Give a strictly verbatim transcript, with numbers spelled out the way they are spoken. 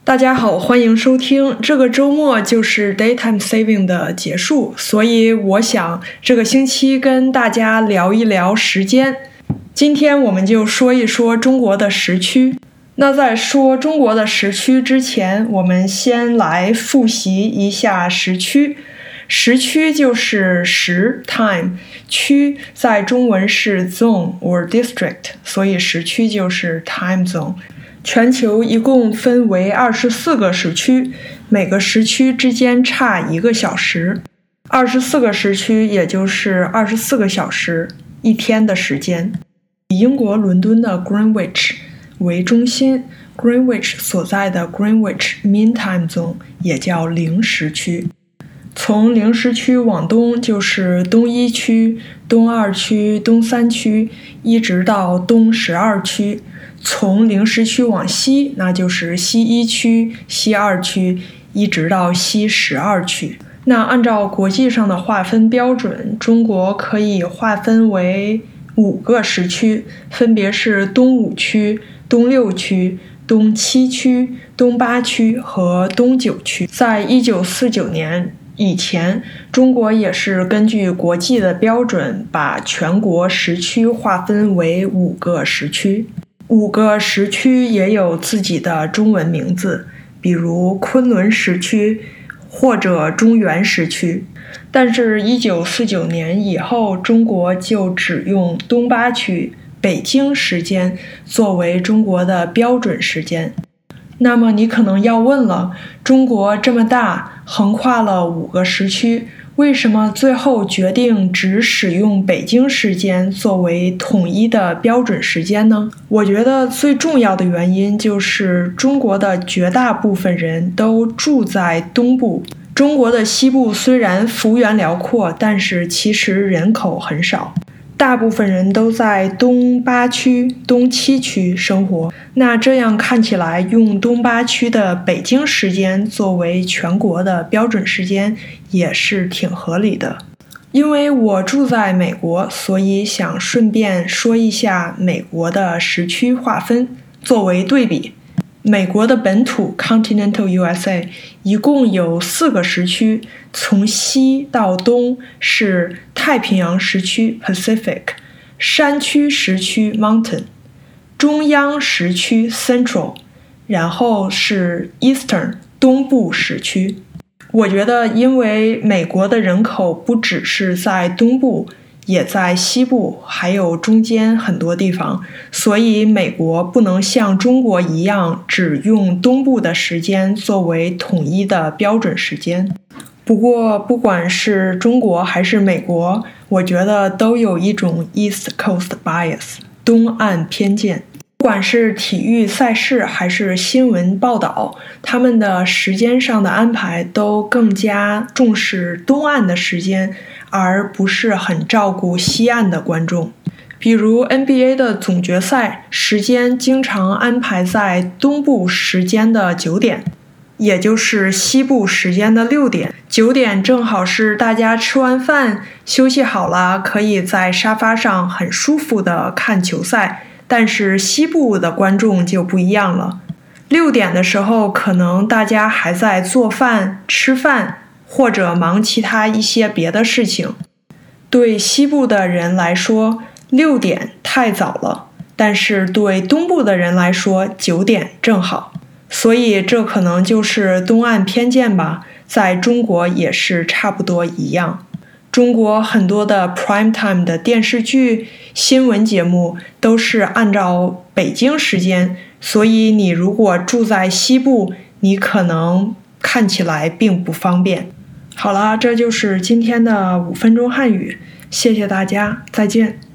大家好，欢迎收听。这个周末就是 Daytime Saving 的结束，所以我想这个星期跟大家聊一聊时间。今天我们就说一说中国的时区。那在说中国的时区之前，我们先来复习一下时区。时区就是时 time， 区在中文是 zone or district， 所以时区就是 time zone。全球一共分为二十四个时区，每个时区之间差一个小时。二十四个时区也就是二十四个小时，一天的时间。以英国伦敦的 Greenwich 为中心， Greenwich 所在的 Greenwich Mean Time Zone 也叫零时区。从零时区往东就是东一区、东二区、东三区，一直到东十二区。从零时区往西，那就是西一区、西二区，一直到西十二区。那按照国际上的划分标准，中国可以划分为五个时区，分别是东五区、东六区、东七区、东八区和东九区。在一九四九年以前，中国也是根据国际的标准，把全国时区划分为五个时区。五个时区也有自己的中文名字，比如昆仑时区或者中原时区。但是一九四九年以后，中国就只用东八区北京时间作为中国的标准时间。那么你可能要问了，中国这么大，横跨了五个时区，为什么最后决定只使用北京时间作为统一的标准时间呢？我觉得最重要的原因就是中国的绝大部分人都住在东部。中国的西部虽然幅员辽阔，但是其实人口很少，大部分人都在东八区、东七区生活。那这样看起来，用东八区的北京时间作为全国的标准时间也是挺合理的。因为我住在美国，所以想顺便说一下美国的时区划分。作为对比，美国的本土 Continental U S A 一共有四个时区，从西到东是太平洋时区 Pacific， 山区时区 Mountain， 中央时区 Central， 然后是 Eastern 东部时区。我觉得因为美国的人口不只是在东部，也在西部，还有中间很多地方，所以美国不能像中国一样只用东部的时间作为统一的标准时间。不过不管是中国还是美国，我觉得都有一种 East Coast Bias 东岸偏见。不管是体育赛事还是新闻报道，他们的时间上的安排都更加重视东岸的时间，而不是很照顾西岸的观众。比如 N B A 的总决赛时间经常安排在东部时间的九点，也就是西部时间的六点。九点正好是大家吃完饭休息好了，可以在沙发上很舒服的看球赛。但是西部的观众就不一样了，六点的时候可能大家还在做饭、吃饭，或者忙其他一些别的事情。对西部的人来说，六点太早了，但是对东部的人来说，九点正好。所以这可能就是东岸偏见吧，在中国也是差不多一样。中国很多的 prime time 的电视剧、新闻节目都是按照北京时间，所以你如果住在西部，你可能看起来并不方便。好了，这就是今天的五分钟汉语，谢谢大家，再见。